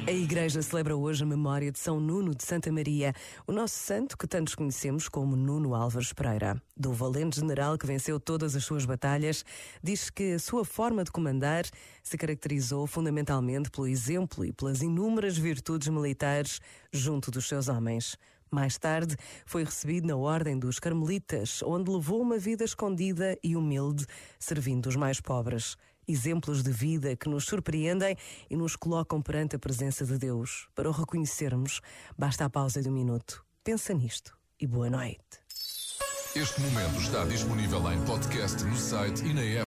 A Igreja celebra hoje a memória de São Nuno de Santa Maria, o nosso santo que tantos conhecemos como Nuno Álvares Pereira. Do valente general que venceu todas as suas batalhas, diz que a sua forma de comandar se caracterizou fundamentalmente pelo exemplo e pelas inúmeras virtudes militares junto dos seus homens. Mais tarde, foi recebido na Ordem dos Carmelitas, onde levou uma vida escondida e humilde, servindo os mais pobres. Exemplos de vida que nos surpreendem e nos colocam perante a presença de Deus. Para o reconhecermos, basta a pausa de um minuto. Pensa nisto e boa noite. Este momento está disponível em podcast no site e na app.